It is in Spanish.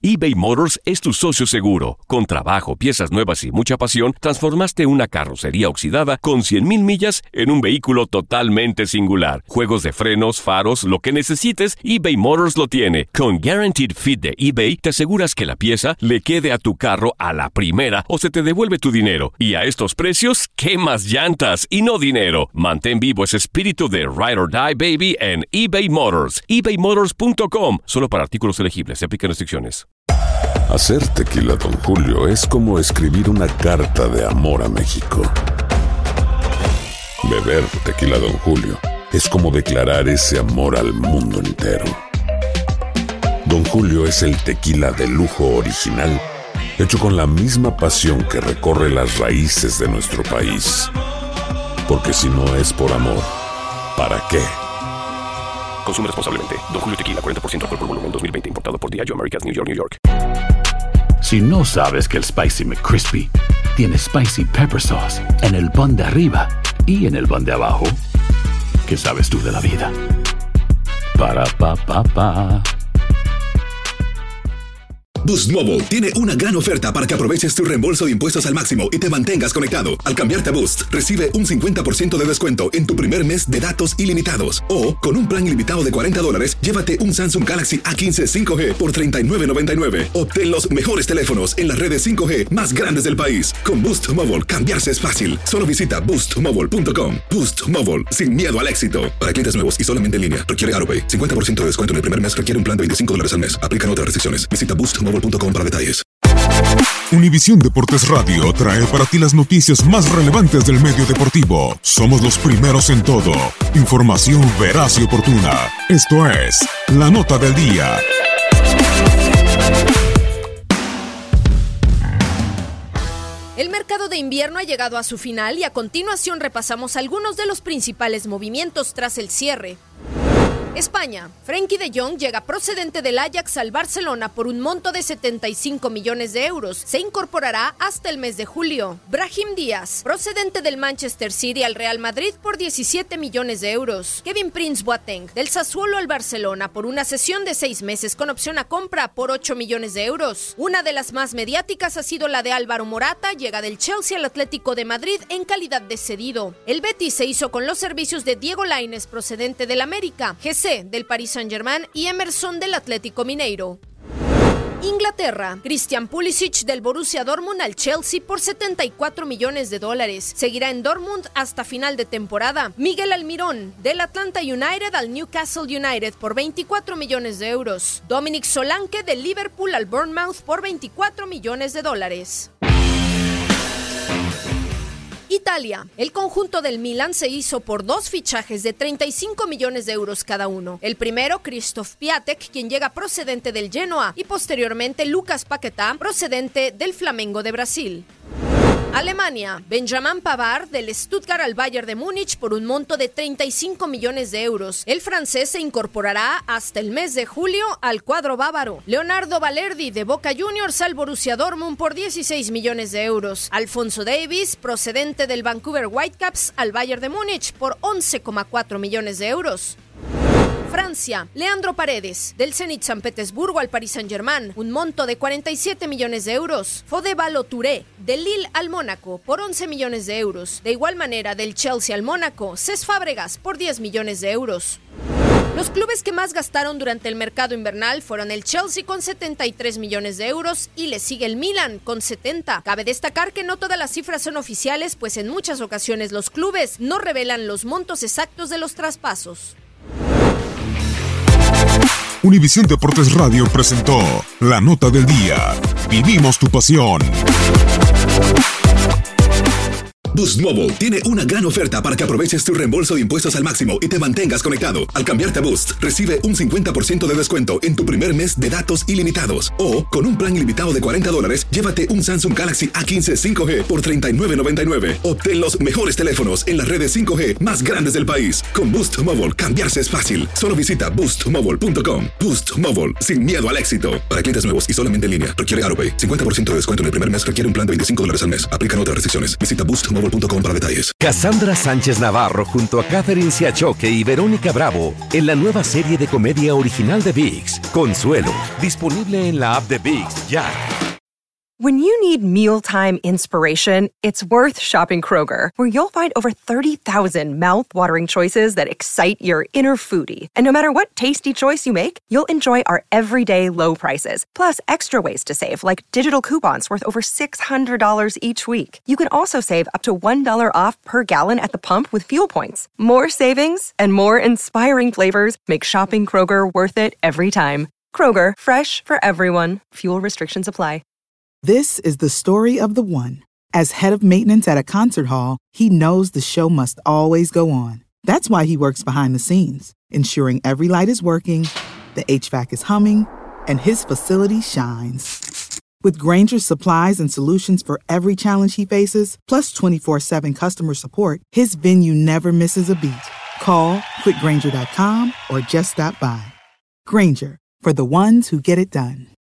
eBay Motors es tu socio seguro. Con trabajo, piezas nuevas y mucha pasión, transformaste una carrocería oxidada con 100,000 millas en un vehículo totalmente singular. Juegos de frenos, faros, lo que necesites, eBay Motors lo tiene. Con Guaranteed Fit de eBay, te aseguras que la pieza le quede a tu carro a la primera o se te devuelve tu dinero. Y a estos precios, ¿qué más llantas y no dinero? Mantén vivo ese espíritu de Ride or Die, baby, en eBay Motors. ebaymotors.com. Solo para artículos elegibles. Se aplican restricciones. Hacer tequila Don Julio es como escribir una carta de amor a México. Beber tequila Don Julio es como declarar ese amor al mundo entero. Don Julio es el tequila de lujo original, hecho con la misma pasión que recorre las raíces de nuestro país. Porque si no es por amor, ¿para qué? Consume responsablemente. Don Julio Tequila, 40% alcohol por volumen, 2020. Importado por Diageo Americas, New York, New York. Si no sabes que el Spicy McCrispy tiene Spicy Pepper Sauce en el pan de arriba y en el pan de abajo, ¿qué sabes tú de la vida? Para, pa, pa, pa. Boost Mobile tiene una gran oferta para que aproveches tu reembolso de impuestos al máximo y te mantengas conectado. Al cambiarte a Boost, recibe un 50% de descuento en tu primer mes de datos ilimitados. O, con un plan ilimitado de $40, llévate un Samsung Galaxy A15 5G por $39.99. Obtén los mejores teléfonos en las redes 5G más grandes del país. Con Boost Mobile, cambiarse es fácil. Solo visita boostmobile.com. Boost Mobile, sin miedo al éxito. Para clientes nuevos y solamente en línea, requiere AroPay. 50% de descuento en el primer mes requiere un plan de $25 al mes. Aplican otras restricciones. Visita boostmobile.com para detalles. Univisión Deportes Radio trae para ti las noticias más relevantes del medio deportivo. Somos los primeros en todo. Información veraz y oportuna. Esto es La Nota del Día. El mercado de invierno ha llegado a su final y a continuación repasamos algunos de los principales movimientos tras el cierre. España. Frenkie de Jong llega procedente del Ajax al Barcelona por un monto de 75 millones de euros. Se incorporará hasta el mes de julio. Brahim Díaz, procedente del Manchester City al Real Madrid por 17 millones de euros. Kevin Prince Boateng, del Sassuolo al Barcelona por una cesión de 6 meses con opción a compra por 8 millones de euros. Una de las más mediáticas ha sido la de Álvaro Morata, llega del Chelsea al Atlético de Madrid en calidad de cedido. El Betis se hizo con los servicios de Diego Lainez, procedente del América, del Paris Saint-Germain y Emerson del Atlético Mineiro. Inglaterra. Christian Pulisic del Borussia Dortmund al Chelsea por 74 millones de dólares. Seguirá en Dortmund hasta final de temporada. Miguel Almirón del Atlanta United al Newcastle United por 24 millones de euros. Dominic Solanke del Liverpool al Bournemouth por 24 millones de dólares. Italia. El conjunto del Milan se hizo por 2 fichajes de 35 millones de euros cada uno. El primero, Krzysztof Piatek, quien llega procedente del Genoa, y posteriormente Lucas Paquetá, procedente del Flamengo de Brasil. Alemania. Benjamin Pavard del Stuttgart al Bayern de Múnich por un monto de 35 millones de euros. El francés se incorporará hasta el mes de julio al cuadro bávaro. Leonardo Balerdi de Boca Juniors al Borussia Dortmund por 16 millones de euros. Alfonso Davies, procedente del Vancouver Whitecaps al Bayern de Múnich por 11,4 millones de euros. Francia. Leandro Paredes, del Zenit San Petersburgo al Paris Saint-Germain, un monto de 47 millones de euros. Fode Ballo-Touré, del Lille al Mónaco, por 11 millones de euros. De igual manera, del Chelsea al Mónaco, Cesc Fábregas, por 10 millones de euros. Los clubes que más gastaron durante el mercado invernal fueron el Chelsea con 73 millones de euros y le sigue el Milan con 70. Cabe destacar que no todas las cifras son oficiales, pues en muchas ocasiones los clubes no revelan los montos exactos de los traspasos. Univisión Deportes Radio presentó La Nota del Día. Vivimos tu pasión. Boost Mobile tiene una gran oferta para que aproveches tu reembolso de impuestos al máximo y te mantengas conectado. Al cambiarte a Boost, recibe un 50% de descuento en tu primer mes de datos ilimitados. O, con un plan ilimitado de $40, llévate un Samsung Galaxy A15 5G por $39.99. Obtén los mejores teléfonos en las redes 5G más grandes del país. Con Boost Mobile, cambiarse es fácil. Solo visita boostmobile.com. Boost Mobile, sin miedo al éxito. Para clientes nuevos y solamente en línea, requiere AroPay. 50% de descuento en el primer mes requiere un plan de $25 al mes. Aplican otras restricciones. Visita boostmobile.com boostmobile.com para detalles. Cassandra Sánchez Navarro junto a Catherine Siachoque y Verónica Bravo en la nueva serie de comedia original de ViX, Consuelo, disponible en la app de ViX ya. When you need mealtime inspiration, it's worth shopping Kroger, where you'll find over 30,000 mouth-watering choices that excite your inner foodie. And no matter what tasty choice you make, you'll enjoy our everyday low prices, plus extra ways to save, like digital coupons worth over $600 each week. You can also save up to $1 off per gallon at the pump with fuel points. More savings and more inspiring flavors make shopping Kroger worth it every time. Kroger, fresh for everyone. Fuel restrictions apply. This is the story of the one. As head of maintenance at a concert hall, he knows the show must always go on. That's why he works behind the scenes, ensuring every light is working, the HVAC is humming, and his facility shines. With Grainger's supplies and solutions for every challenge he faces, plus 24/7 customer support, his venue never misses a beat. Call quickgrainger.com or just stop by. Grainger, for the ones who get it done.